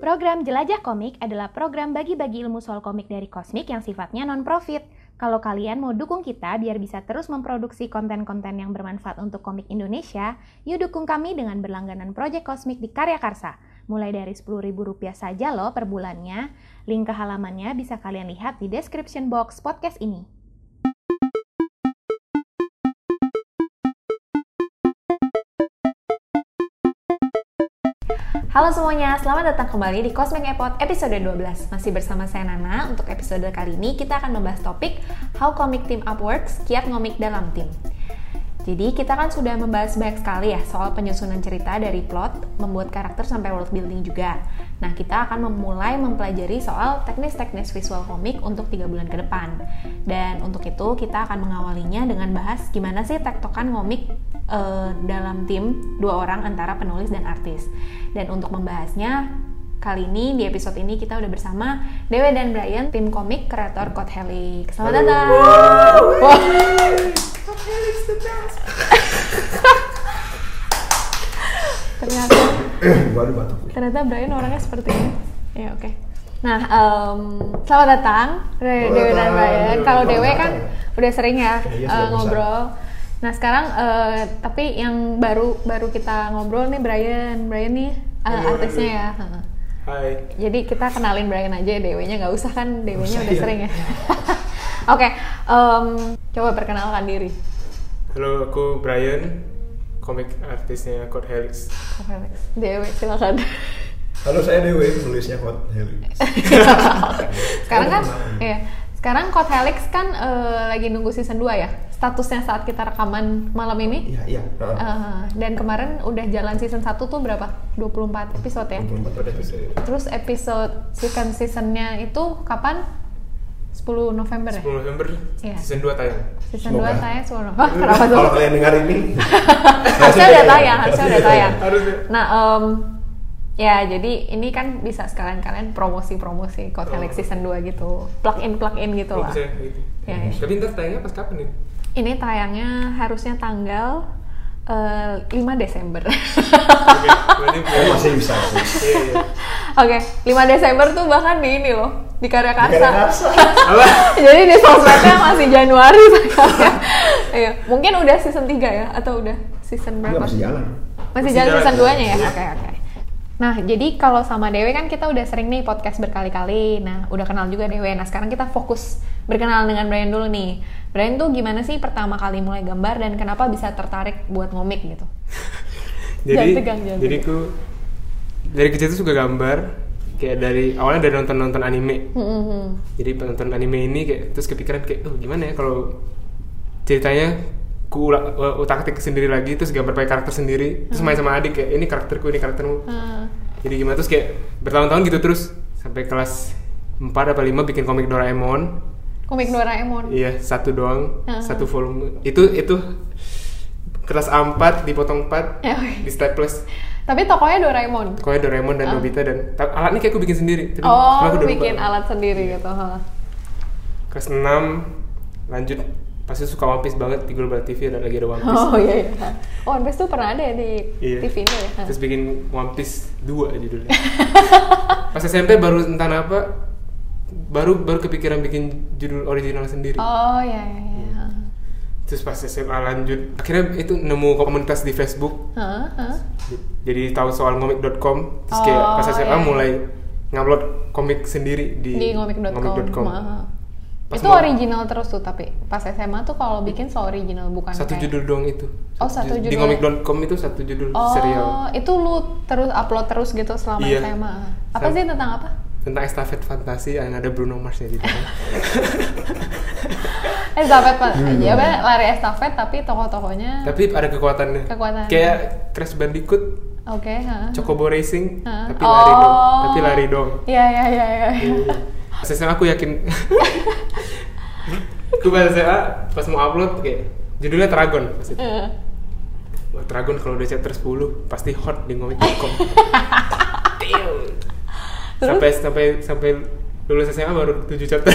Program Jelajah Komik adalah program bagi-bagi ilmu soal komik dari Cosmic yang sifatnya non-profit. Kalau kalian mau dukung kita biar bisa terus memproduksi konten-konten yang bermanfaat untuk komik Indonesia, yuk dukung kami dengan berlangganan Project Cosmic di Karya Karsa. Mulai dari Rp10.000 saja loh per bulannya. Link ke halamannya bisa kalian lihat di description box podcast ini. Halo semuanya, selamat datang kembali di Cosmic Epod episode 12. Masih bersama saya Nana. Untuk episode kali ini kita akan membahas topik How Comic Team Up Works, kiat ngomik dalam tim. Jadi kita kan sudah membahas banyak sekali ya soal penyusunan cerita dari plot, membuat karakter sampai world building juga. Nah, kita akan memulai mempelajari soal teknis-teknis visual komik untuk 3 bulan ke depan. Dan untuk itu kita akan mengawalinya dengan bahas gimana sih tektokan komik dalam tim 2 orang antara penulis dan artis. Dan untuk membahasnya, kali ini di episode ini kita udah bersama Dewe dan Brian, tim komik kreator Code Helix. Selamat datang. Wow. Code Helix the best. Ternyata Brian orangnya seperti ini. Ya oke. Nah, selamat datang Dewe dan Brian. Kalau Dewe kan udah sering ya ngobrol. Nah sekarang tapi yang baru kita ngobrol nih Brian nih artisnya ya. Hai. Jadi kita kenalin Brian aja, Dewe-nya nggak usah kan, Dewe-nya udah sering ya. Oke, coba perkenalkan diri. Halo, aku Brian, komik artisnya Code Helix. Dewe, silakan. Halo, saya Dewe, penulisnya Code Helix. Sekarang kan, sekarang Code Helix kan lagi nunggu season 2 ya? Statusnya saat kita rekaman malam ini? Iya. Dan kemarin udah jalan season 1 tuh berapa? 24 episode ya? 24 episode. Terus episode season-nya itu kapan? 10 November ya? 10 November, yeah. Season 2 tayang. Season 2 tayang 10 November. Kenapa tuh? Kalau kalian dengar ini harusnya udah tayang. Harusnya. Nah, ya jadi ini kan bisa sekalian kalian promosi Code Helix season 2 gitu. Plug-in gitu lah. Bisa gitu. Ya. Tapi ntar tayangnya pas kapan nih? Ini tayangnya harusnya tanggal 5 Desember. Oke, masih bisa. Iya. Oke, 5 Desember tuh bahkan di ini loh, di Karya Karsa. Apa? Jadi di sosmednya masih Januari sekarang. Iya, mungkin udah season 3 ya atau udah season berapa? Masih jalan. Masih jalan season 2-nya ya? Oke. Nah, jadi kalau sama Dewe kan kita udah sering nih podcast berkali-kali. Nah, udah kenal juga Dewe. Nah, sekarang kita fokus berkenalan dengan Brian dulu nih. Brian tuh gimana sih pertama kali mulai gambar dan kenapa bisa tertarik buat ngomik gitu? Jadi aku dari kecil tuh suka gambar. Kayak awalnya dari nonton anime. Jadi penonton anime ini kayak terus kepikiran kayak, gimana ya kalau ceritanya ku utak-atik sendiri lagi, terus gambar pakai karakter sendiri, terus main sama adik kayak ini karakterku, ini karaktermu. Jadi gimana terus kayak bertahun-tahun gitu terus sampai kelas 4 apa 5 bikin komik Doraemon. Komik Doraemon. Iya, satu doang, satu volume. Itu kertas A4 dipotong 4, di staples. Tapi tokonya Doraemon. Tokonya Doraemon dan Nobita dan alatnya kayak aku bikin sendiri. Tapi aku bikin alat sendiri gitu. Kelas 6 lanjut. Pasti suka One Piece banget, di Global TV lagi ada One Piece. Oh iya. One Piece tuh pernah ada ya di TV ini ya. Terus bikin One Piece 2 judulnya. Pas SMP baru entah apa baru kepikiran bikin judul original sendiri. Oh iya. Terus pas SMA lanjut, akhirnya itu nemu komunitas di Facebook. Jadi tahu soal ngomik.com. Terus kayak pas SMA mulai ngupload komik sendiri di ngomik.com. Itu original terus tuh, tapi pas SMA tuh kalau bikin original bukan satu judul doang itu. Satu judul. Di ngomik.com itu satu judul serial. Itu lu terus upload terus gitu selama SMA. Apa sih tentang apa? Tentang estafet fantasi yang ada Bruno Mars-nya di dalam. Estafet ya, lari estafet tapi tokoh-tokohnya. Tapi ada kekuatannya. Kayak Crash Bandicoot. Oke. Chocobo Racing. Tapi lari dong. Iya. SMA aku yakin. Aku pas SMA pas mau upload kayak judulnya Tragon pas itu. Tragon kalau udah chapter 10 pasti hot di ngomik.com. sampai lulus SMA baru 7 chapter.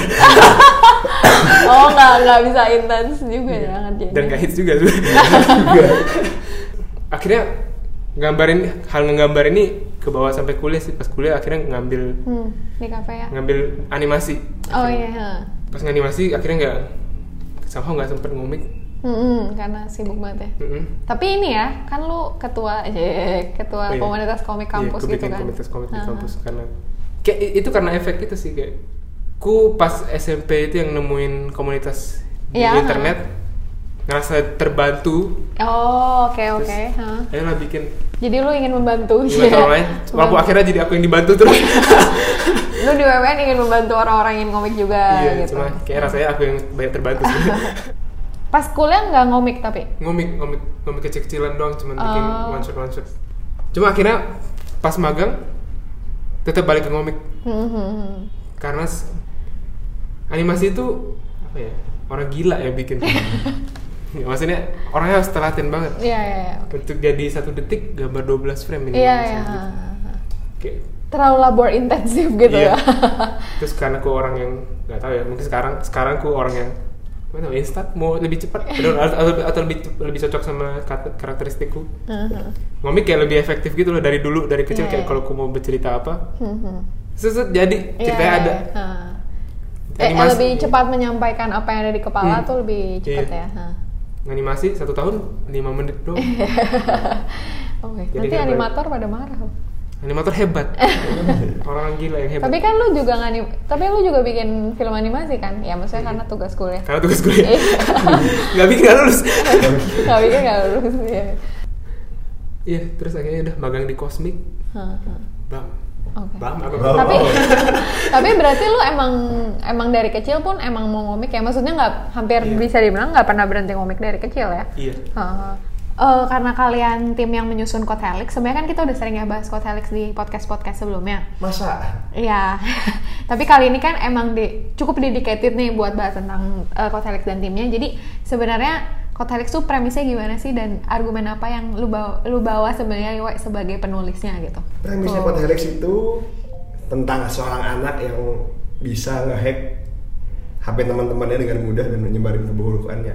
Nggak bisa intens juga jangan jadi. Dan nggak hits juga. Akhirnya hal ngegambar ini ke bawah sampai kuliah sih. Pas kuliah akhirnya ngambil di kafe ya. Ngambil animasi. Oh iya. Pas nganimasi akhirnya nggak sempet ngomik. Karena sibuk banget ya. Tapi ini ya, kan lu ketua komunitas komik kampus gitu kan. Komunitas komik di kampus karena kayak itu karena efek itu sih kayak ku pas SMP itu yang nemuin komunitas di internet ngerasa terbantu. Oh, oke. Ayolah bikin. Jadi lu ingin membantu sih. Walaupun akhirnya jadi aku yang dibantu terus. Lu di WWN ingin membantu orang-orang yang ngomik juga gitu. Cuma kayak rasanya aku yang banyak terbantu sih. Pas kuliah nggak ngomik tapi? Ngomik kecil-kecilan doang, cuma bikin one shot. Cuma akhirnya pas magang tetap balik ke ngomik. Karena animasi itu apa ya, orang gila yang bikin. Maksudnya orangnya harus telaten banget. Iya. Untuk jadi 1 detik gambar 12 frame ini. Iya. Kayak terlalu labor intensif gitu ya. Terus karena aku orang yang nggak tahu ya, mungkin sekarang aku orang yang instan, mau lebih cepat atau lebih cocok sama karakteristikku. Ngomik kayak lebih efektif gitu loh dari kecil kayak kalau aku mau bercerita apa, jadi ceritanya ada. Lebih cepat menyampaikan apa yang ada di kepala tuh lebih cepat ya. Animasi 1 tahun 5 menit doang. Oke. Nanti animator pada marah. Animator hebat. Orang gila yang hebat. Tapi lu juga bikin film animasi kan? Ya maksudnya karena tugas kuliah. Karena tugas kuliah. Gak bikin gak lulus. Ya. Iya, terus akhirnya udah magang di Cosmic. Bam. Okay. Tapi berarti lu emang dari kecil pun emang mau ngomik ya? Maksudnya hampir bisa dibilang nggak pernah berhenti ngomik dari kecil ya? Iya. Karena kalian tim yang menyusun Code Helix, sebenarnya kan kita udah sering ya bahas Code Helix di podcast sebelumnya. Masa? Iya. Tapi kali ini kan emang cukup dedicated nih buat bahas tentang Code Helix dan timnya. Jadi sebenarnya Code Helix tuh premisnya gimana sih dan argumen apa yang lu bawa sebenarnya sebagai penulisnya gitu? Premisnya Code Helix itu tentang seorang anak yang bisa ngehack HP teman-temannya dengan mudah dan menyebarin keburukannya.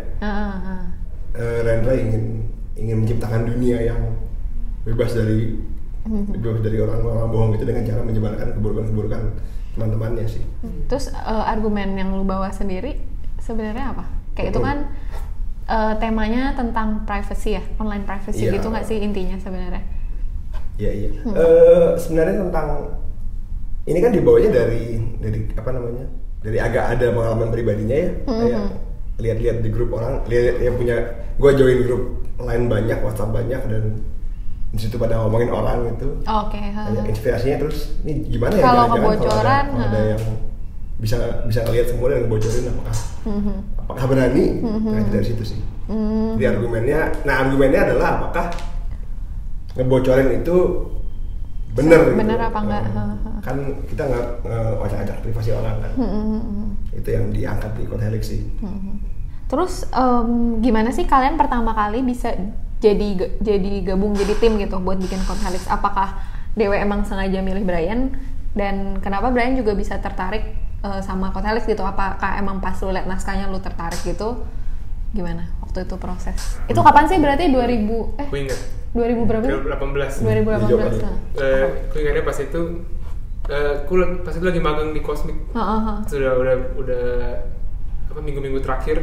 Rendra ingin menciptakan dunia yang bebas dari orang-orang bohong itu dengan cara menyebarkan keburukan teman-temannya sih. Terus argumen yang lu bawa sendiri sebenarnya apa? Kayak itu kan temanya tentang privacy ya, online privacy gitu nggak sih intinya sebenarnya? Iya. Sebenarnya tentang ini kan dibawanya dari apa namanya? Dari agak ada pengalaman pribadinya ya. Kayak lihat-lihat di grup orang, lihat yang punya, gue join grup lain banyak, WhatsApp banyak, dan di situ pada ngomongin orang gitu. Oke. Inspirasinya terus, ini gimana ya? Kalau kebocoran, kalau ada yang bisa lihat semua dan ngebocorin apakah berani? Nah dari situ sih. Di argumennya adalah apakah ngebocorin itu bener apa enggak? Kan kita nggak ngacak-ngacak privasi orang kan. Itu yang diangkat di Code Helix sih. Terus gimana sih kalian pertama kali bisa jadi gabung jadi tim gitu buat bikin Code Helix? Apakah Dewe emang sengaja milih Brian, dan kenapa Brian juga bisa tertarik sama Code Helix gitu? Apakah emang pas lu liat naskahnya lu tertarik gitu? Gimana waktu itu proses? Itu kapan sih berarti 2000? Gue inget 2000 berapa? 2018. Gue ingatnya pas itu pas itu lagi magang di Cosmic. Sudah udah apa minggu-minggu terakhir.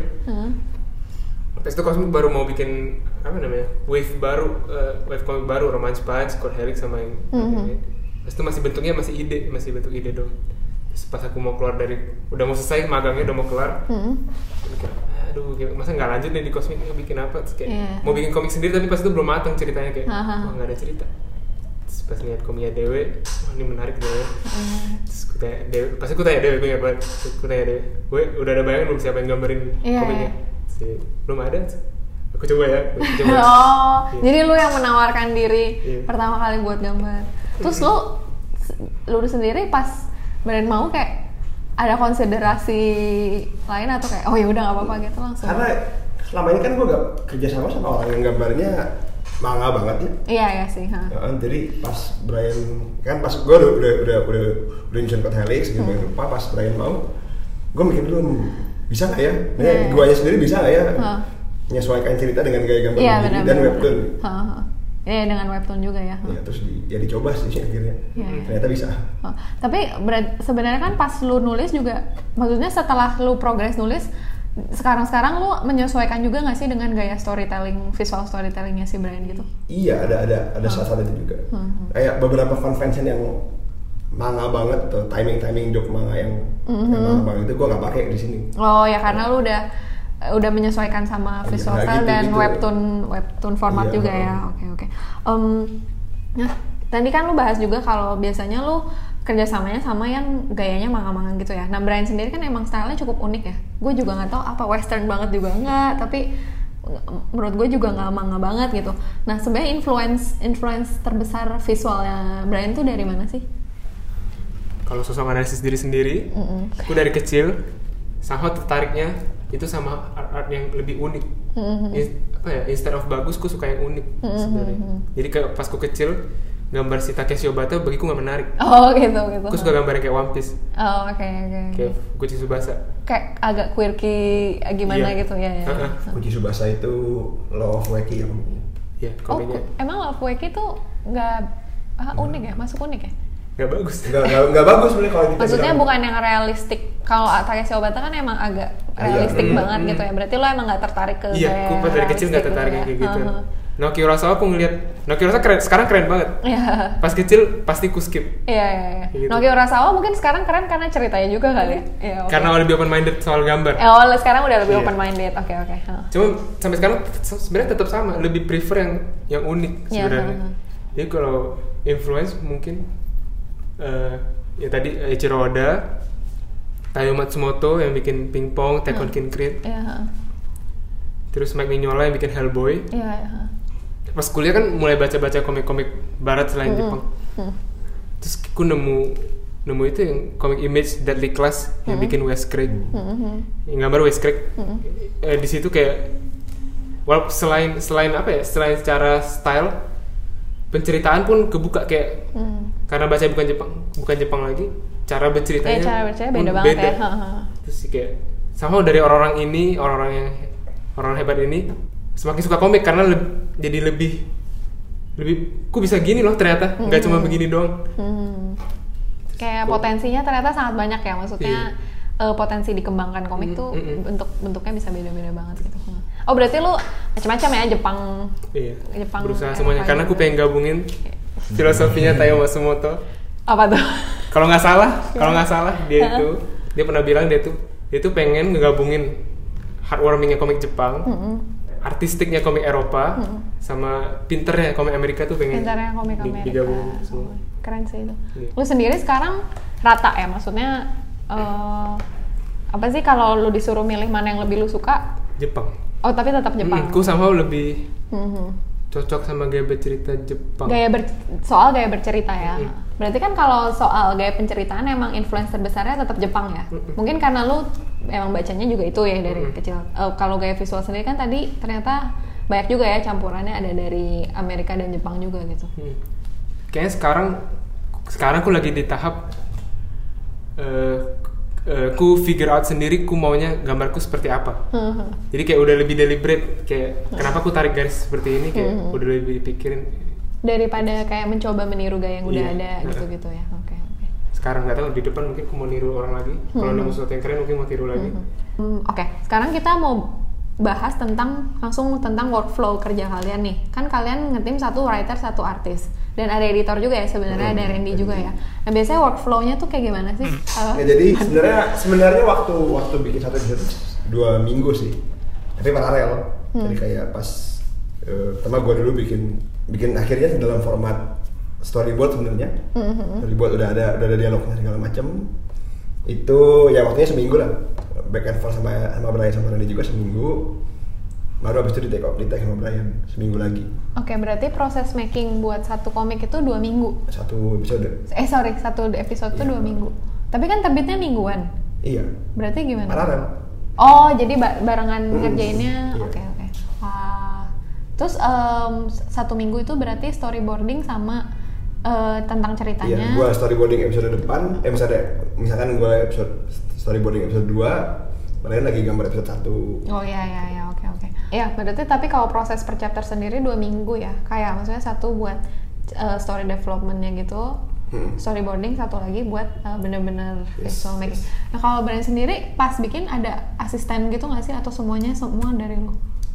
Pas itu Cosmic baru mau bikin apa namanya? Wave komik baru, Romance Punch, Code Helix sama yang pas itu masih bentuk ide dong. Terus pas aku mau keluar udah mau selesai magangnya, udah mau kelar. Aduh, masa nggak lanjut nih di Cosmic, bikin apa? Terus kayak mau bikin komik sendiri, tapi pas itu belum matang ceritanya, kayak nggak ada cerita. Terus pas lihat komiknya Dewe, ini menarik Dewe. Terus aku tanya Dewe, gue ingat banget. Aku tanya Dewe, gue udah ada bayangan belum siapa yang gambarin komiknya? Terus, belum ada. Aku coba ya. Jadi lu yang menawarkan diri pertama kali buat gambar. Terus lu sendiri pas Brian mau kayak ada konsiderasi lain atau kayak oh ya udah nggak apa-apa gitu langsung? Karena selama ini kan gue gak kerja sama orang yang gambarnya manga banget ya. Iya sih. Jadi pas Brian kan pas gue udah nyusun Code Helix gitu pas Brian mau, gue mikir dulu bisa nggak ya? Duanya sendiri bisa nggak ya? Menyesuaikan cerita dengan gaya gambar dan webtoon. Dengan webtoon juga ya. Ya terus dicoba sih akhirnya. Ternyata bisa. Tapi sebenarnya kan pas lu nulis juga, maksudnya setelah lu progress nulis, sekarang lu menyesuaikan juga nggak sih dengan gaya storytelling, visual storytellingnya si Brian gitu? Iya, ada salah itu juga. Kayak beberapa convention yang manga banget atau timing joke manga yang manga banget itu gue nggak pakai di sini. Oh ya, karena lu udah menyesuaikan sama visual style dan webtoon format juga ya. Oke. Nah, tadi kan lu bahas juga kalau biasanya lu kerjasamanya sama yang gayanya manga-manga gitu ya. Nah, Brian sendiri kan emang stylenya cukup unik ya. Gue juga nggak tahu apa western banget juga nggak, tapi menurut gue juga nggak manga banget gitu. Nah, sebenarnya influence terbesar visualnya Brian tuh dari mana sih? Kalau sosok analisis diri sendiri, aku dari kecil sama tertariknya itu sama art yang lebih unik. Instead of bagus, aku suka yang unik sebenarnya. Jadi kayak pas aku kecil, gambar si Takeshi Obata bagiku nggak menarik. Oh gitu. Aku suka gambar yang kayak One Piece. Oh oke. Kayak Fuji Tsubasa. Kayak agak quirky gimana gitu ya. Fuji Tsubasa itu Love Wacky yang. Iya, komiknya. Emang Love Wacky tuh nggak unik ya? Masuk unik ya? Nggak bagus. Nggak bagus sebenarnya kalau kita. Maksudnya bukan yang realistik. Kalau Takeshi Obata kan emang agak realistik banget gitu ya. Berarti lo emang nggak tertarik ke gaya aku dari kecil nggak tertarik kayak gitu. Naoki Urasawa aku ngeliat, Naoki Urasawa sekarang keren banget. Pas kecil pasti ku skip. Iya. Gitu. Naoki Urasawa mungkin sekarang keren karena ceritanya juga kali ya. Karena lebih open minded soal gambar. Sekarang udah lebih open minded. Oke. Cuma sampai sekarang sebenarnya tetap sama, lebih prefer yang unik sebenarnya. Jadi kalau influence mungkin ya tadi Eiichiro Oda, Taiyo Matsumoto yang bikin Pingpong, Tekken Kinkreed. Terus Mike Mignola yang bikin Hellboy. Pas kuliah kan mulai baca-baca komik-komik barat selain Jepang. Terus aku nemu itu yang komik Image Deadly Class yang bikin Wes Craig. Yang gambar Wes Craig. Di situ kayak selain selain secara style, penceritaan pun kebuka kayak karena baca bukan Jepang lagi, cara berceritanya beda banget ya. Terus kayak sama dari orang hebat ini semakin suka komik karena jadi lebih ku bisa gini loh ternyata, nggak cuma begini doang. Kayak potensinya ternyata sangat banyak ya, maksudnya potensi dikembangkan komik tuh bentuknya bisa beda-beda banget gitu. Oh berarti lu macam-macam ya Jepang. Jepang berusaha semuanya karena aku pengen gabungin filosofinya Taiyo Matsumoto. Apa tuh? Kalau nggak salah dia pernah bilang dia tuh pengen ngegabungin heartwarmingnya komik Jepang, artistiknya komik Eropa, sama pinternya komik Amerika tuh pengen digabungin semua. Keren sih itu. Lu sendiri sekarang rata ya, maksudnya apa sih kalau lu disuruh milih mana yang lebih lu suka? Jepang. Oh tapi tetap Jepang. Aku sama lebih cocok sama gaya bercerita Jepang. Soal gaya bercerita ya. Berarti kan kalau soal gaya penceritaan emang influence terbesarnya tetap Jepang ya. Mungkin karena lu emang bacanya juga itu ya dari kecil. Kalau gaya visual sendiri kan tadi ternyata banyak juga ya campurannya, ada dari Amerika dan Jepang juga gitu. Kayaknya sekarang aku lagi di tahap ku figure out sendiri ku maunya gambarku seperti apa. Jadi kayak udah lebih deliberate, kayak kenapa ku tarik garis seperti ini, kayak udah lebih dipikirin daripada kayak mencoba meniru gaya yang udah ada gitu ya. Oke. Sekarang nggak tahu, di depan mungkin aku mau niru orang lagi. Kalau nemu sesuatu yang keren mungkin mau tiru lagi. Oke, sekarang kita mau bahas langsung tentang workflow kerja kalian nih. Kan kalian ngetim satu writer, satu artis. Dan ada editor juga ya sebenarnya, ada Randy juga ya. Nah biasanya workflow-nya tuh kayak gimana sih? Ya jadi sebenarnya waktu bikin satu episode 2 minggu sih. Tapi paralel. Jadi kayak pas pertama gue dulu bikin akhirnya dalam format storyboard sebenarnya. Storyboard udah ada dialognya segala macam. Itu ya waktunya seminggu lah. Back and forth sama Brian sama Randy juga seminggu. Baru abis itu di take sama Brian seminggu lagi. Oke, berarti proses making buat satu komik itu 2 minggu? Satu episode. Satu episode tuh 2 minggu. Tapi kan terbitnya mingguan. Iya. Berarti gimana? Paralel. Oh, jadi barengan ngerjainnya. Oke. Terus 1 minggu itu berarti storyboarding sama tentang ceritanya. Iya, gue storyboarding episode depan. Misalkan gue storyboarding episode 2, Brian lagi gambar episode 1. Oh iya, oke. Ya, berarti tapi kalau proses per chapter sendiri 2 minggu ya? Kayak maksudnya satu buat story development-nya gitu, storyboarding, satu lagi buat bener-bener visual making. Nah kalau Brian sendiri pas bikin ada asisten gitu nggak sih? Atau semua dari lo?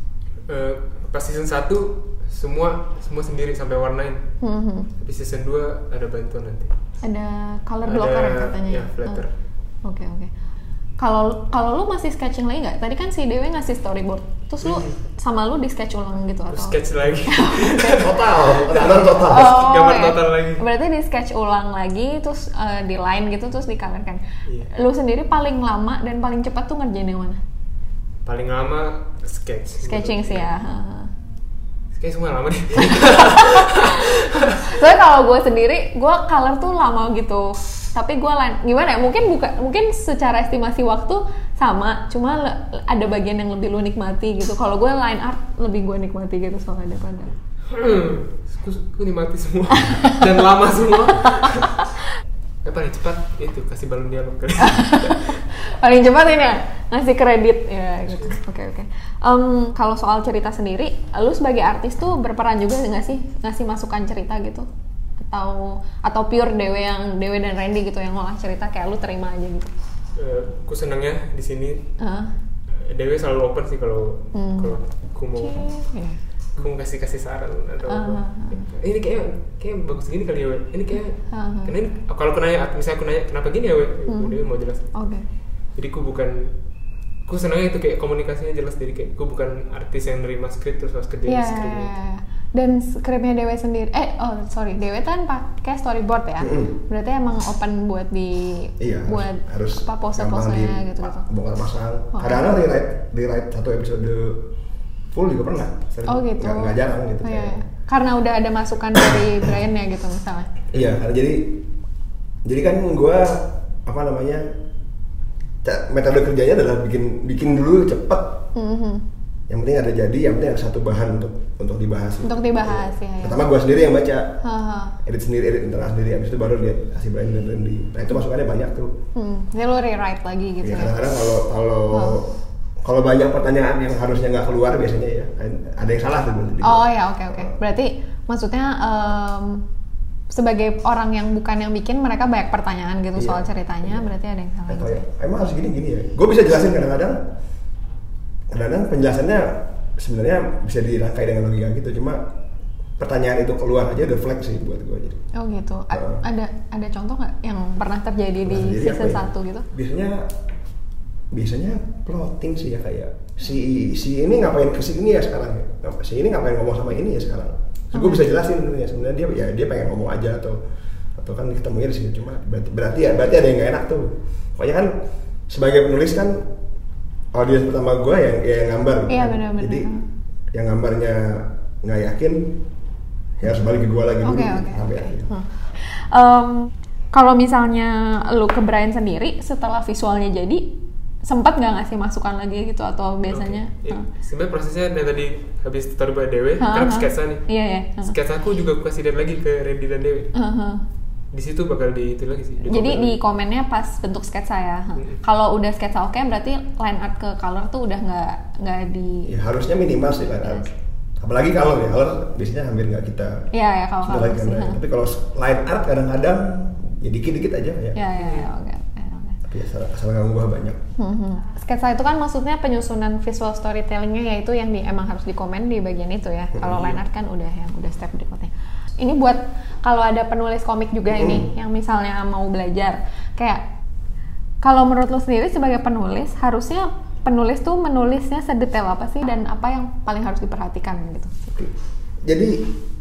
Pas season 1 semua sendiri sampai warnain. Tapi season 2 ada bantuan nanti. Ada color blocker katanya. Ya, flatter. Oke. Kalau lu masih sketching lagi nggak? Tadi kan si Dewi ngasih storyboard, terus lu sama lu di sketch ulang gitu atau? Sketch lagi. Total. Gambar total lagi. Berarti di sketch ulang lagi, terus di line gitu, terus dicolorkan. Iya. Lu sendiri paling lama dan paling cepat tuh ngerjain yang mana? Paling lama sketching sih ya. Kayak semua lama deh. Soalnya kalau gue sendiri, gue color tuh lama gitu. Tapi gue gimana ya? Mungkin secara estimasi waktu sama, cuma ada bagian yang lebih lu nikmati gitu. Kalau gue line art lebih gue nikmati gitu soalnya daripada. Gue nikmati semua dan lama semua. Paling cepat itu kasih balon dialog. Paling cepat ini ya ngasih kredit ya gitu. Oke. Kalau soal cerita sendiri, lu sebagai artis tuh berperan juga nggak sih ngasih masukan cerita gitu? Atau pure Dewe dan Randy gitu yang ngolah cerita kayak lu terima aja gitu? Aku senangnya di sini Dewe selalu open sih kalau aku mau kasih saran atau ini kayak bagus gini kali ya we. Ini kayak karena ini kalau aku nanya misalnya aku nanya kenapa gini ya we, Dewe mau jelas. Jadi aku senangnya itu kayak komunikasinya jelas, jadi kayak aku bukan artis yang nerima skrip terus harus kerjain skripnya. Dan skripnya Dewe sendiri, Dewe kan pakai storyboard ya, berarti emang open buat buat harus pose-posenya gitu. Bongkar pasang. Kadang-kadang rewrite satu episode full juga pernah. Gitu. Nggak jarang gitu. Karena udah ada masukan dari Brian ya gitu misalnya. Iya, jadi kan gue metode kerjanya adalah bikin dulu cepet. Yang penting ada yang penting ada satu bahan untuk dibahas. Ya. Pertama gue sendiri yang baca, edit internal sendiri, abis itu baru dia kasih Brian dan Randy. Nah itu masukannya banyak tuh. Jadi lo rewrite lagi gitu. Ya, kadang-kadang kalau banyak pertanyaan yang harusnya nggak keluar biasanya ya ada yang salah tuh. Oke. Berarti maksudnya sebagai orang yang bukan yang bikin, mereka banyak pertanyaan gitu soal ceritanya, berarti ada yang salah gitu. Emang harus gini ya. Gue bisa jelasin kadang-kadang penjelasannya sebenarnya bisa dirangkai dengan logika gitu, cuma pertanyaan itu keluar aja udah flag sih buat gue jadi. Oh gitu. Ada contoh nggak yang pernah terjadi di season 1 gitu? Biasanya plotting sih ya, kayak si ini ngapain ke sini ya sekarang, si ini ngapain ngomong sama ini ya sekarang. So, gue bisa jelasin sebenarnya dia pengen ngomong aja atau kan ketemunya di sini, cuma berarti ada yang nggak enak tuh. Pokoknya kan sebagai penulis kan audiens pertama gue yang gambar. Iya benar-benar. Jadi yang gambarnya nggak yakin ya harus balik ke gue lagi dulu sampai akhir. Kalau misalnya lu ke Brian sendiri setelah visualnya jadi, sempat nggak ngasih masukan lagi gitu atau biasanya? Sebenarnya prosesnya dari tadi habis storyboard Dewe, kan sketsa nih. Iya. Sketsa aku juga aku kasih lihat lagi ke Randy dan Dewe. Di situ bakal itu lagi sih. Jadi di komennya pas bentuk sketsa ya. Kalau udah sketsa oke, berarti line art ke color tuh udah nggak di. Ya, harusnya minimal sih line art. Apalagi color biasanya hampir nggak kita. Iya kalau color sih. Tapi kalau line art kadang-kadang ya dikit-dikit aja ya. Iya oke. Tapi asal nggak ngubah banyak. Sketsa itu kan maksudnya penyusunan visual storytellingnya, yaitu yang emang harus dikomen di bagian itu ya. Kalau line art kan udah step berikutnya. Ini buat kalau ada penulis komik juga ini yang misalnya mau belajar, kayak kalau menurut lo sendiri sebagai penulis, harusnya penulis tuh menulisnya sedetail apa sih dan apa yang paling harus diperhatikan gitu. Jadi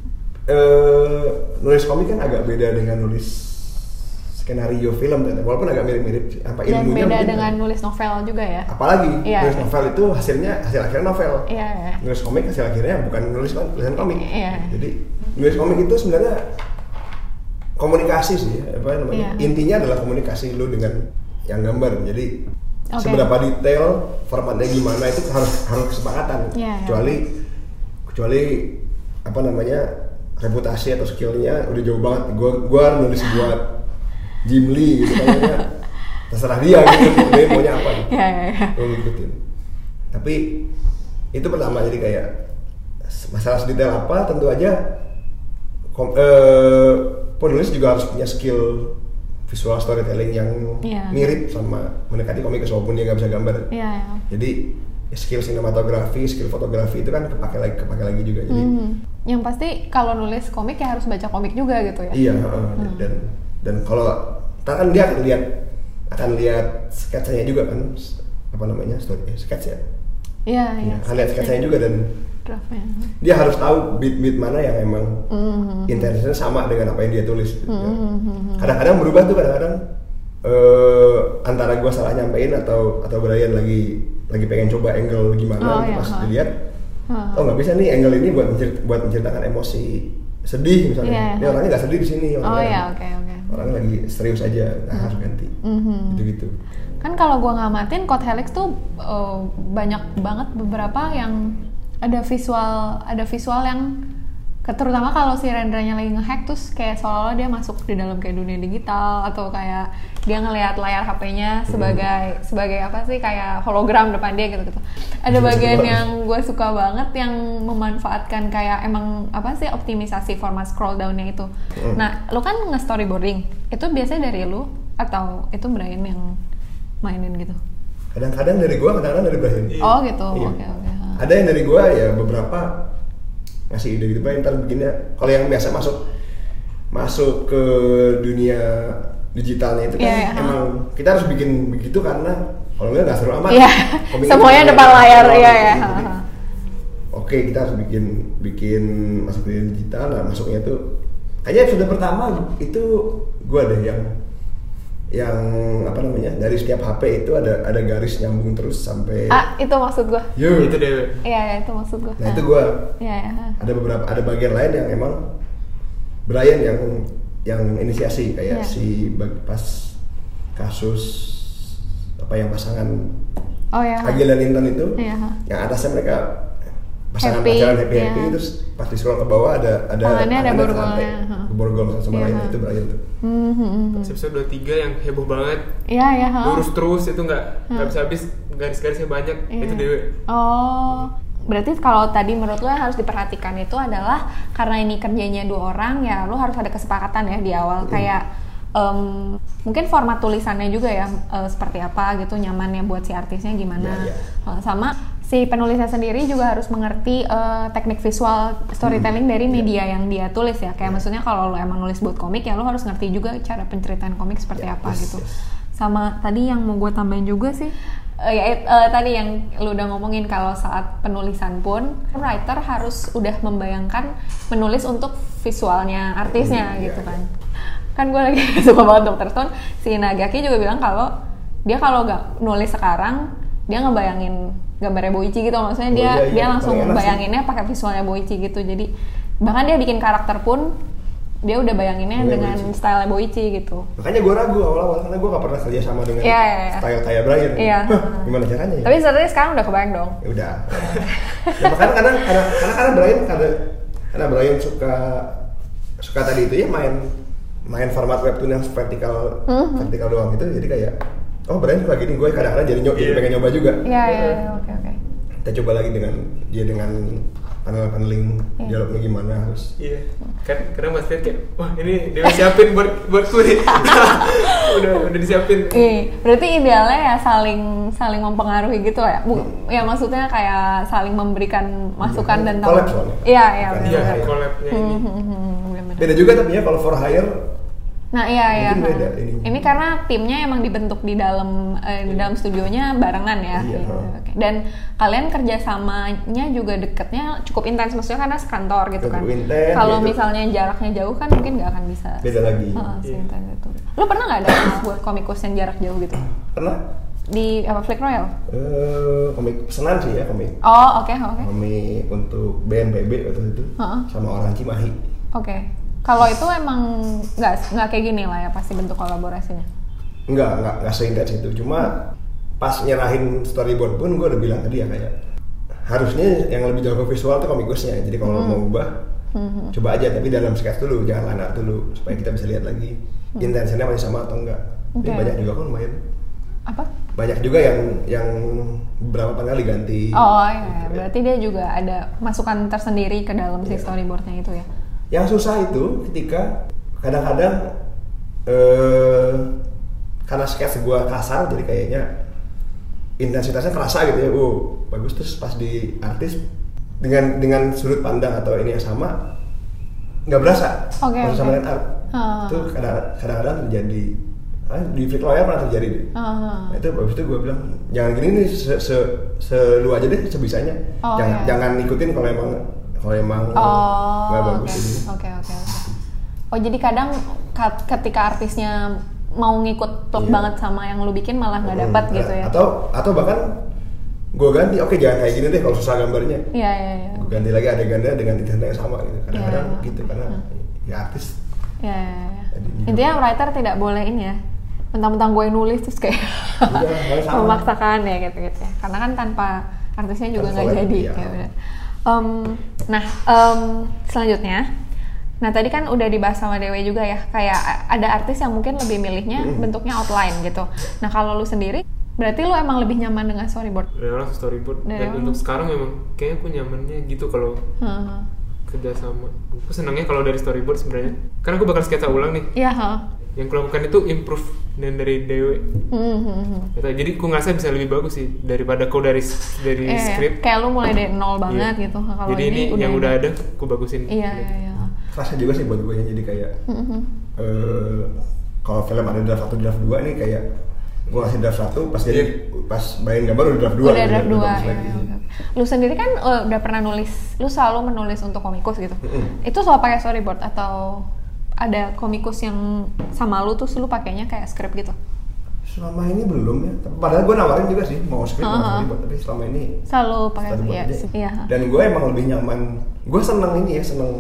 nulis komik kan agak beda dengan nulis skenario film, walaupun agak mirip-mirip apa ilmunya. Dan beda dengan nulis novel juga ya. Apalagi nulis novel itu hasil akhirnya novel. Iya. Nulis komik hasil akhirnya bukan tulisan komik. Iya. Jadi nulis komik itu sebenarnya komunikasi sih, intinya adalah komunikasi lu dengan yang gambar. Jadi seberapa detail, formatnya gimana itu harus kesepakatan. Kecuali reputasi atau skillnya udah jauh banget. Gua nulis buat Jim Lee gitu kayaknya terserah dia gitu, dia maunya apa gitu. Lo ngikutin. Tapi Itu pertama, jadi kayak masalah sedetail apa tentu aja penulis juga harus punya skill visual storytelling yang mirip sama mendekati komikus walaupun dia nggak bisa gambar. Jadi skill sinematografi, skill fotografi itu kan kepake lagi juga. Jadi yang pasti kalau nulis komik ya harus baca komik juga gitu ya. Iya, dan kalau kan dia akan lihat sketsanya juga kan, apa namanya, sketch ya. Iya. Akan lihat sketsanya juga dan draftnya. Dia harus tahu beat mana yang emang intensinya sama dengan apa yang dia tulis. Kadang-kadang berubah tuh, kadang-kadang antara gua salah nyampein atau Brian lagi pengen coba angle gimana pas dilihat, nggak bisa nih angle ini buat menceritakan emosi sedih misalnya. Dia orangnya nggak sedih di sini. Orangnya lagi serius aja, harus ganti. Gitu. Kan kalau gua ngamatin Code Helix tuh banyak banget beberapa yang ada visual yang terutama kalau si rendernya lagi ngehack terus kayak seolah-olah dia masuk di dalam kayak dunia digital atau kayak dia ngelihat layar HP-nya sebagai apa sih, kayak hologram depan dia gitu. Ada bagian yang gue suka banget yang memanfaatkan kayak emang apa sih optimisasi format scroll down-nya itu. Nah, lu kan nge-storyboarding. Itu biasanya dari lu atau itu Brian yang mainin gitu? Kadang-kadang dari gue, kadang-kadang dari Brian. Oh gitu. Iya. Oke. Ada yang dari gue ya, beberapa ngasih ide gitu, Brian ntar begini. Kalau yang biasa masuk ke dunia digitalnya itu kan emang kita harus bikin begitu karena kalau nggak seru amat. Semuanya depan layar. Oke, kita harus bikin masuk ke dunia digital. Nah, masuknya tuh kayaknya episode pertama itu gue deh yang apa namanya, dari setiap HP itu ada garis nyambung terus sampai itu maksud gua. Itu deh. Iya, itu maksud gua. Nah, itu gua. Iya. Ada bagian lain yang emang Brian yang inisiasi kayak pas kasus apa yang pasangan Agil dan Intan itu. Yang atasnya mereka pasangan pacaran happy terus pas di scroll ke bawah ada borgol sama lain, itu Brian tuh. Episode 23 yang heboh banget. Lurus terus itu nggak bisa habis, garis-garisnya banyak. Itu Dewe. Berarti kalau tadi menurut lo yang harus diperhatikan itu adalah karena ini kerjanya 2 orang ya, lo harus ada kesepakatan ya di awal kayak mungkin format tulisannya juga ya seperti apa gitu, nyamannya buat si artisnya gimana. Sama si penulisnya sendiri juga harus mengerti teknik visual storytelling dari media yang dia tulis ya. Kayak maksudnya kalau lo emang nulis buat komik ya lo harus ngerti juga cara penceritaan komik seperti apa gitu. Sama tadi yang mau gue tambahin juga sih tadi yang lu udah ngomongin kalau saat penulisan pun writer harus udah membayangkan menulis untuk visualnya artisnya gitu kan. Kan gue lagi suka banget Dr. Stone, si Nagaki juga bilang kalau dia nggak nulis sekarang dia ngebayangin gambarnya Boichi gitu, maksudnya dia langsung bayanginnya pakai visualnya Boichi gitu. Jadi bahkan dia bikin karakter pun dia udah bayanginnya dengan style Boichi gitu. Makanya gue ragu awal-awal karena gue gak pernah kerja sama dengan style kayak Brian. Gimana caranya ya? Tapi sebenarnya sekarang udah kebayang dong. Ya udah. Ya, makanya karena Brian karena Brian suka tadi itu ya main format webtoon yang vertikal doang gitu, jadi kayak Brian suka gini, gue kadang-kadang jadi pengen nyoba juga. Oke. Kita coba lagi dengan paneling dialognya gimana harus. Kan kadang Mas Fiat kayak, wah ini dia siapin buat gue. udah disiapin. Berarti idealnya ya saling mempengaruhi gitu ya. Ya maksudnya kayak saling memberikan masukan dan tahu. Collab soalnya. Iya, collabnya ini. Beda juga tapi ya kalau for hire. Nah iya. Ini karena timnya emang dibentuk di dalam studionya barengan ya. Dan kalian kerjasamanya juga deketnya cukup intens, maksudnya karena sekantor gitu kan. Kalau misalnya jaraknya jauh kan mungkin nggak akan bisa. Beda lagi. Seintens itu. Lo pernah nggak ada buat komikus yang jarak jauh gitu? Pernah. Di Flick Royal? Komik pesanan sih ya komik. Oh oke. Komik untuk BNPB waktu itu sama orang Cimahi. Oke. Kalau itu emang nggak kayak gini lah ya pasti bentuk kolaborasinya? Nggak seintens itu, cuma pas nyerahin storyboard pun gue udah bilang tadi ya kayak harusnya yang lebih jago visual tuh komikusnya, jadi kalau mau ubah coba aja tapi dalam sketch dulu, jangan lanak dulu supaya kita bisa lihat lagi intensinya masih sama atau enggak. Banyak juga kan lumayan. Apa? banyak juga yang beberapa panel diganti. Oh iya, berarti dia juga ada masukan tersendiri ke dalam si storyboardnya itu ya. Yang susah itu ketika kadang-kadang karena sketch gue kasar jadi kayaknya intensitasnya terasa gitu ya. Bagus, terus pas di artis dengan sudut pandang atau ini yang sama nggak berasa. Sama dengan art itu kadang-kadang terjadi. Di Freak Lawyer pernah terjadi deh. Nah, itu habis itu gue bilang jangan gini nih, selu aja deh sebisanya. Jangan ikutin kalau emang nggak bagus ini. Oke. Oh jadi kadang ketika artisnya mau ngikut plot banget sama yang lu bikin malah nggak dapat gitu ya? Atau bahkan gue ganti, jangan kayak gini deh kalau susah gambarnya. Iya. Gue ganti lagi adegannya dengan intensitas yang sama gitu. Kadang-kadang gitu karena ya artis. Iya. Intinya writer tidak boleh ini ya. Mentang-mentang gue nulis terus kayak memaksakan ya gitu ya. Karena kan tanpa artisnya juga nggak jadi. Ya. Selanjutnya, nah tadi kan udah dibahas sama Dewe juga ya. Kayak ada artis yang mungkin lebih milihnya bentuknya outline gitu. Nah kalau lu sendiri, berarti lu emang lebih nyaman dengan storyboard? Langsung storyboard. Dan untuk sekarang memang kayaknya aku nyamannya gitu kalau kerja sama. Aku senangnya kalau dari storyboard sebenarnya. Karena aku bakal sketsa ulang nih. Iya. Yang aku lakukan itu improve dan dari Dewe. Jadi aku ngerasa bisa lebih bagus sih daripada aku dari skrip. Kayak lu mulai dari nol banget gitu. Kalau jadi ini yang udah ada aku bagusin. Iya. Kerasa juga sih buat gue jadi kayak kalau film ada draft 1, draft 2 nih kayak gue ngasih draft 1 pas bayangin gambar udah draft 2. Udah draft 2. Lu sendiri kan udah pernah nulis, lu selalu menulis untuk komikus gitu. Itu selalu pakai storyboard atau ada komikus yang sama lu tuh lu pakainya kayak skrip gitu? Selama ini belum ya. Padahal gue nawarin juga sih mau skrip mau storyboard, tapi selama ini selalu pakai ya. Dan gue emang lebih nyaman. Gue seneng ini ya, seneng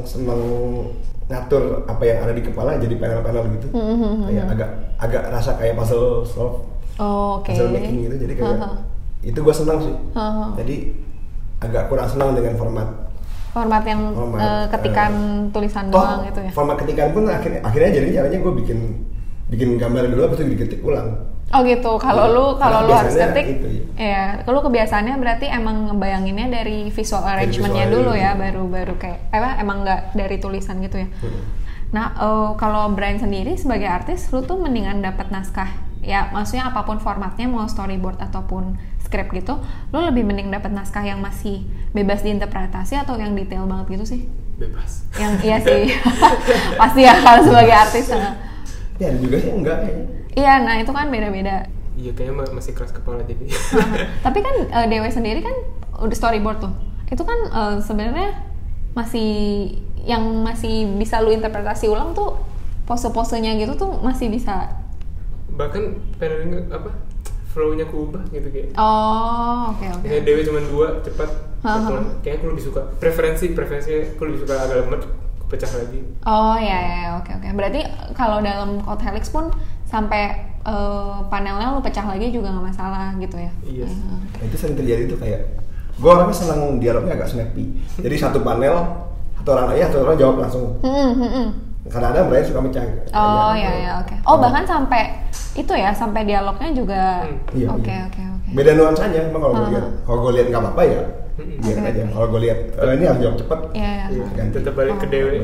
ngatur apa yang ada di kepala jadi panel-panel gitu. Kayak agak rasa kayak puzzle solve. Puzzle making gitu. Jadi kayak itu gue seneng sih. Jadi agak kurang senang dengan format yang ketikan tulisan doang gitu ya. Format ketikan pun akhirnya jadi caranya gue bikin gambar dulu habis itu diketik ulang. Oh gitu. Kalau lu harus ketik gitu, ya. Kalau kebiasaannya berarti emang ngebayanginnya dari visual arrangement-nya dulu ya, baru kayak emang nggak dari tulisan gitu ya. Nah, kalau Brian sendiri sebagai artis, lu tuh mendingan dapat naskah. Ya, maksudnya apapun formatnya, mau storyboard ataupun script gitu, lu lebih mending dapat naskah yang masih bebas diinterpretasi atau yang detail banget gitu sih? Bebas. Yang iya sih. Pasti ya kalau sebagai artis. Ya, ada juga sih enggak kayaknya. Iya, nah itu kan beda-beda. Iya, kayaknya masih keras kepala jadi. Tapi kan Dewe sendiri kan udah storyboard tuh. Itu kan sebenarnya masih bisa lu interpretasi ulang tuh, pose-posenya gitu tuh masih bisa. Bahkan panelnya flow-nya ku ubah gitu kayak. Oke. Misalnya Dewe cuma 2 cepat. Kayaknya aku lebih suka preferensinya aku lebih suka agak lemot, pecah lagi. Oke. Berarti kalau dalam Code Helix pun sampai panelnya lu pecah lagi juga nggak masalah gitu ya? Iya. Itu sering terjadi tuh kayak gue orangnya senang dialognya agak snappy. Jadi satu panel satu orang jawab langsung. Kadang-kadang Brian suka mecah. Oke. Bahkan sampai itu ya, sampai dialognya juga. Oke. Beda nuansanya, emang kalau gue lihat nggak apa-apa ya. Biarin aja. Kalau gue lihat ini harus jawab cepet. Tetap balik ke Dewe.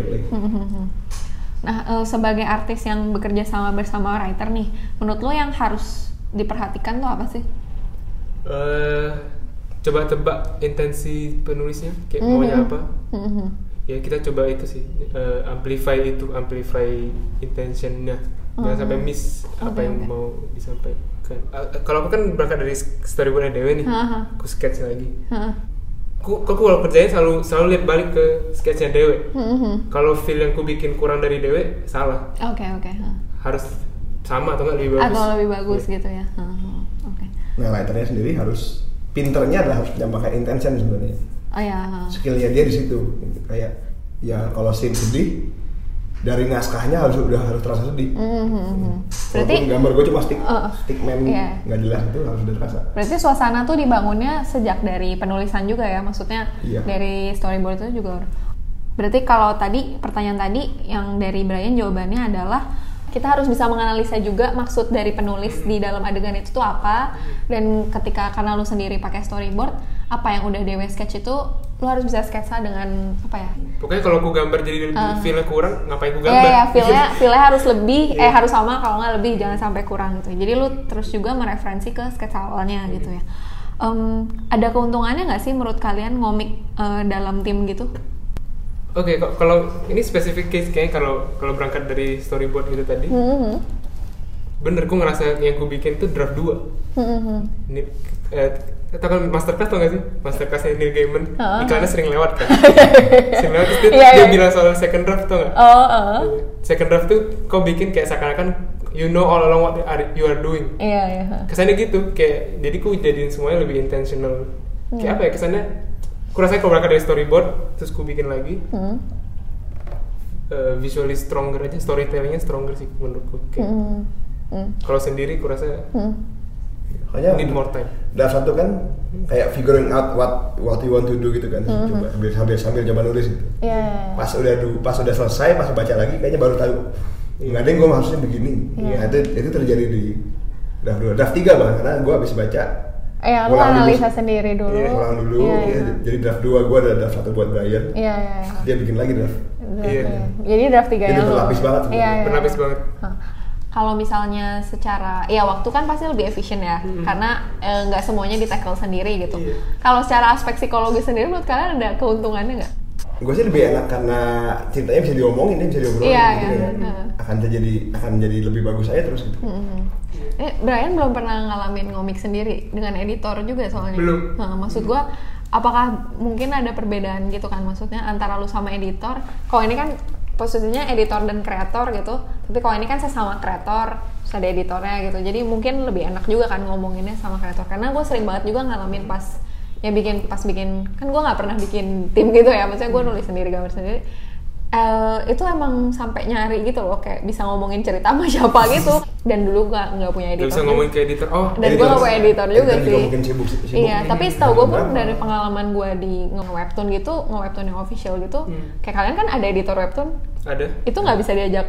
Nah, sebagai artis yang bekerja bersama writer nih, menurut lo yang harus diperhatikan tuh apa sih? Coba tebak intensi penulisnya, kayak maunya apa. Ya kita coba itu sih, amplify intentionnya, jangan sampai miss apa yang mau disampaikan. Kalau aku kan berangkat dari storyboardnya Dewe nih, aku sketch lagi. Aku kalau kerjanya selalu lihat balik ke sketchnya Dewe. Kalau feel yang aku bikin kurang dari Dewe salah. Oke. Harus sama atau nggak lebih bagus? Atau lebih bagus gitu ya. Oke. Nah, writernya sendiri pinternya adalah harus menambahkan intention sebenarnya. Skillnya dia di situ. Kayak ya kalau scene sedih dari naskahnya harus terasa sedih. Berarti gambar gue cuma stickman nggak jelas itu harus udah terasa. Berarti suasana tuh dibangunnya sejak dari penulisan juga ya, maksudnya dari storyboard itu juga. Berarti kalau pertanyaan tadi yang dari Brian jawabannya adalah kita harus bisa menganalisa juga maksud dari penulis di dalam adegan itu tuh apa. Dan ketika karena lu sendiri pakai storyboard, apa yang udah Dewe sketch itu lu harus bisa sketsa dengan apa ya? Pokoknya kalau aku gambar jadi feel-nya kurang, ngapain aku gambar? Iya, feel-nya harus lebih, harus sama, kalau nggak lebih jangan sampai kurang gitu. Jadi lu terus juga mereferensi ke sketsa awalnya gitu ya. Ada keuntungannya nggak sih menurut kalian ngomik dalam tim gitu? Oke, kalau ini spesifik case kayaknya kalau berangkat dari storyboard gitu tadi, bener, gue ngerasa yang gue bikin tuh draft 2. Ini, tau kan Masterclass tau gak sih? Masterclassnya Neil Gaiman, iklannya sering lewat kan? Sering lewat, terus dia bilang soal second draft tau gak? Second draft tuh kau bikin kayak seakan-akan you know all along what you are doing. Kesannya gitu, kayak jadi ku jadiin semuanya lebih intentional. Kayak apa ya kesannya? Aku rasanya kalau berangkat dari storyboard, terus ku bikin lagi visually stronger aja, storytellingnya stronger sih menurutku. Kalau sendiri ku rasa need more time. Draft 1 kan kayak figuring out what you want to do gitu kan, coba sambil coba nulis gitu. Pas udah selesai, pas baca lagi kayaknya baru tahu nggak ada yang gue maksudnya begini. Itu terjadi di draft 2, draft 3 bahkan, karena gue habis baca. Lu analisa sendiri dulu. Ulang dulu. Jadi draft 2 gue ada draft 1 buat Brian. Dia bikin lagi draft. Jadi draft 3 jadi berlapis banget. Berlapis banget. Kalau misalnya secara, waktu kan pasti lebih efisien ya, karena nggak semuanya di-tackle sendiri gitu. Kalau secara aspek psikologi sendiri, menurut kalian ada keuntungannya nggak? Gue sih lebih enak karena ceritanya bisa diomongin, bisa diobrolin, akan jadi lebih bagus aja terus gitu. Brian belum pernah ngalamin ngomik sendiri dengan editor juga soalnya. Belum. Maksud gue, apakah mungkin ada perbedaan gitu kan, maksudnya antara lu sama editor? Kalau ini kan posisinya editor dan kreator gitu, tapi kalau ini kan sesama kreator, terus ada editornya gitu, jadi mungkin lebih enak juga kan ngomonginnya sama kreator. Karena gue sering banget juga ngalamin pas bikin kan gue nggak pernah bikin tim gitu ya, maksudnya gue nulis sendiri, gambar sendiri. Itu emang sampai nyari gitu loh, kayak bisa ngomongin cerita sama siapa gitu. Dan dulu nggak punya editor. Bisa ngomongin ke editor. Dan gue nggak punya editor juga sih. Sibuk. Iya, tapi setahu gue pun dari pengalaman gue di nge-webtoon gitu, nge-webtoon yang official gitu, kayak kalian kan ada editor webtoon. Ada. Itu nggak bisa diajak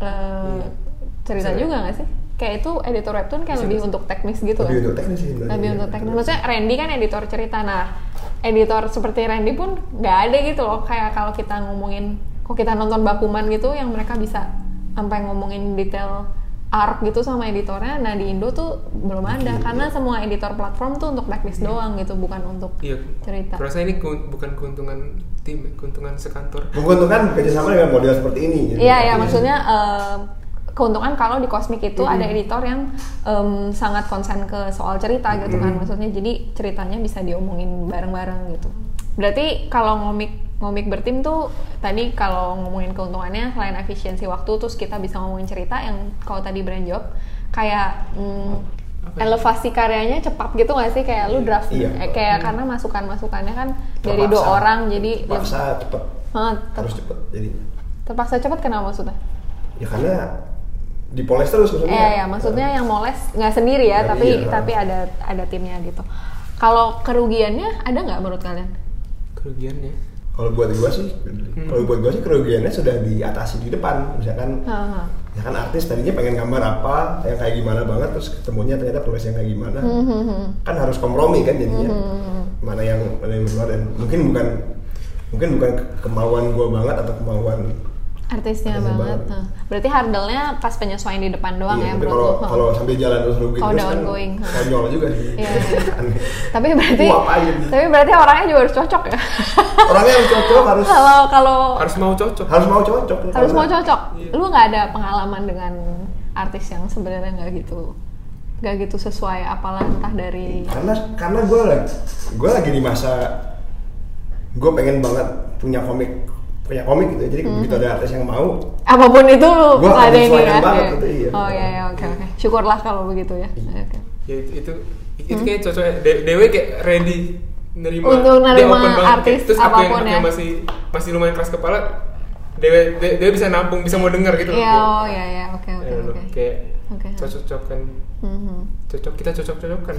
cerita juga nggak sih? Kayak itu editor webtoon kayak lebih untuk teknis gitu kan? Lebih untuk teknis sih. Lebih untuk teknis. Maksudnya Randy kan editor cerita. Nah, editor seperti Randy pun nggak ada gitu loh. Kayak kalau kita ngomongin, kok kita nonton Bakuman gitu, yang mereka bisa sampai ngomongin detail arc gitu sama editornya. Nah di Indo tuh belum ada, karena semua editor platform tuh untuk teknis doang gitu, bukan untuk cerita. Kurasa ini bukan keuntungan tim, keuntungan sekantor. Menguntungkan kerjasama dengan model seperti ini. Iya, maksudnya keuntungan kalau di Cosmic itu ada editor yang sangat konsen ke soal cerita gitu kan, maksudnya jadi ceritanya bisa diomongin bareng-bareng gitu. Berarti kalau ngomik bertim tuh tadi kalau ngomongin keuntungannya selain efisiensi waktu, terus kita bisa ngomongin cerita yang kalau tadi Brian jawab kayak elevasi karyanya cepat gitu nggak sih, kayak lu draft kayak karena masukannya kan dari 2 orang, jadi terpaksa cepet, harus cepet. Jadi terpaksa cepet kenapa maksudnya? Ya karena dipoles terus maksudnya. Maksudnya yang moles nggak sendiri ya, tapi ada timnya gitu. Kalau kerugiannya ada nggak menurut kalian? Kerugiannya? Kalau buat gue sih kerugiannya sudah diatasi di depan. Misalkan artis tadinya pengen gambar apa, yang kayak gimana banget, terus ketemunya ternyata penulis yang kayak gimana. Kan harus kompromi kan jadinya. Mana yang keluar, dan mungkin bukan kemauan gue banget atau kemauan artisnya banget. Berarti hurdle-nya pas penyesuaian di depan doang ya, bro. Kalau sambil jalan terus rugi terus kan konyol juga sih. Tapi berarti orangnya juga harus cocok ya. Orangnya harus cocok, kalau harus mau cocok. Lu nggak ada pengalaman dengan artis yang sebenarnya nggak gitu sesuai, apalah entah dari. Karena gue lagi di masa gue pengen banget punya komik gitu, jadi begitu ada artis yang mau apapun itu lu ada ini ya. Gitu, Oke. Syukurlah kalau begitu ya. Ya itu kayak cocok. Dewe kayak ready nerima artis terus apapun aku yang masih lumayan keras kepala, Dewe bisa nampung, bisa mau dengar gitu. Oke. Kayak cocok-cocokan. Kita cocok-cocokan.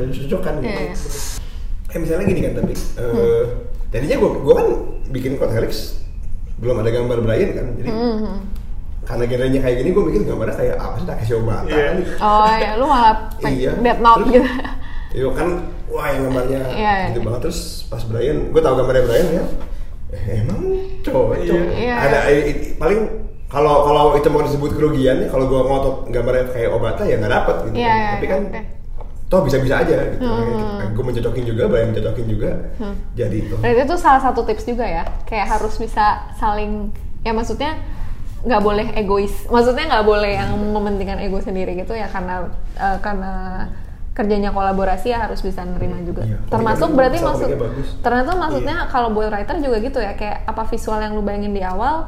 Misalnya gini kan, tapi tadinya gue kan bikin Code Helix belum ada gambar Brian kan, jadi karena genrenya kayak gini gue mikir gambarnya kayak apa sih Takeshi Obata kan. Oh ya, lu malah Death Note gitu. Iya kan, wah yang gambarnya gitu banget. Terus pas Brian, gue tau gambarnya Brian ya, emang cocok. Ada paling kalau itu mau disebut kerugian nih, kalau gue ngotot gambarnya kayak Obata ya nggak dapet gitu. Tapi kan toh bisa-bisa aja gitu. Gue mencocokin juga, Brian mencocokin juga. Jadi itu. Berarti itu salah satu tips juga ya, kayak harus bisa saling, ya maksudnya nggak boleh egois, maksudnya nggak boleh yang mementingkan ego sendiri gitu ya, karena kerjanya kolaborasi ya harus bisa nerima juga. Termasuk berarti ternyata maksudnya kalau buat writer juga gitu ya, kayak apa visual yang lu bayangin di awal,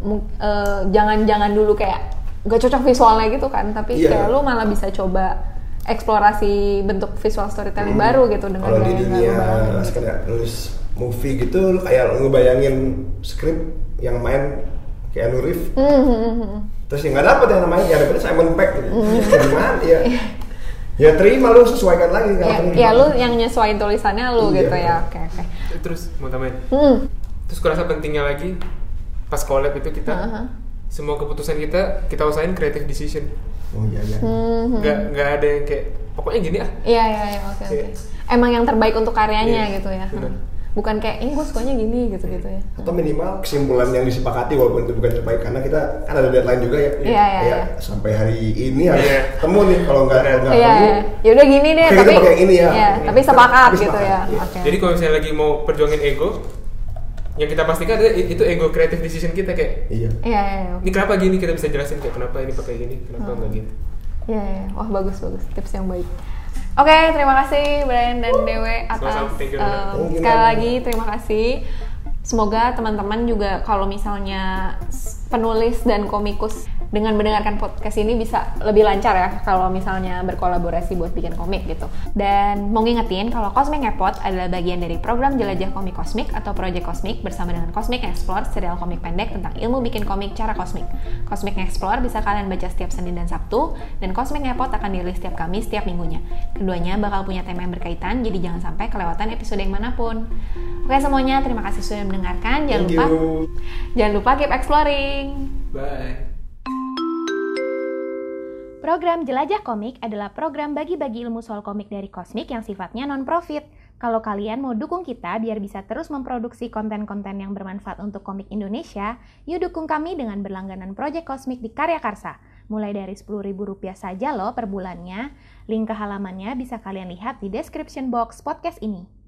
jangan dulu kayak gak cocok visualnya gitu kan, tapi kayak lu malah bisa coba eksplorasi bentuk visual storytelling baru gitu dengan kalau di dunia kayak nulis movie gitu, lu kayak ngebayangin skrip yang main kayak Keanu Reeves, terus yang nggak dapet yang namanya ya dapetnya Simon Pegg gitu, gimana ya? Ya terima, lu sesuaikan lagi kan? Ya lu yang nyesuaiin tulisannya lu gitu ya, oke. Terus mau tambahin, terus kurasa pentingnya lagi pas collab itu kita semua keputusan kita usahain creative decision. Oh iya. Nggak ada yang kayak pokoknya gini ah. Iya, oke. Emang yang terbaik untuk karyanya gitu ya. Bukan kayak ini gue sukanya gini gitu ya. Atau minimal kesimpulan yang disepakati walaupun itu bukan terbaik, karena kita kan ada deadline juga ya. Iya. Sampai hari ini harus ketemu nih, kalau nggak ketemu. Ya udah gini deh, tapi kita pakai ini ya. Tapi sepakat gitu ya. Okay. Jadi kalau misalnya lagi mau perjuangin ego, yang kita pastikan itu ego creative decision kita kayak. Iya. Ini kenapa gini, kita bisa jelasin kayak kenapa ini pakai gini, kenapa nggak gitu. Iya. Wah bagus tips yang baik. Oke, terima kasih Brian dan Dewe atas sekali lagi terima kasih. Semoga teman-teman juga kalau misalnya penulis dan komikus dengan mendengarkan podcast ini bisa lebih lancar ya kalau misalnya berkolaborasi buat bikin komik gitu. Dan mau ngingetin kalau Cosmic Ngepot adalah bagian dari program Jelajah Komik Cosmic atau Project Cosmic bersama dengan Cosmic Explore, serial komik pendek tentang ilmu bikin komik cara kosmik. Cosmic Explore bisa kalian baca setiap Senin dan Sabtu, dan Cosmic Ngepot akan dirilis setiap Kamis setiap minggunya. Keduanya bakal punya tema yang berkaitan, jadi jangan sampai kelewatan episode yang manapun. Oke semuanya, terima kasih sudah mendengarkan. Jangan lupa keep exploring. Bye. Program Jelajah Komik adalah program bagi-bagi ilmu soal komik dari Cosmic yang sifatnya non-profit. Kalau kalian mau dukung kita biar bisa terus memproduksi konten-konten yang bermanfaat untuk komik Indonesia, yuk dukung kami dengan berlangganan Project Cosmic di Karya Karsa. Mulai dari Rp10.000 saja loh per bulannya. Link ke halamannya bisa kalian lihat di description box podcast ini.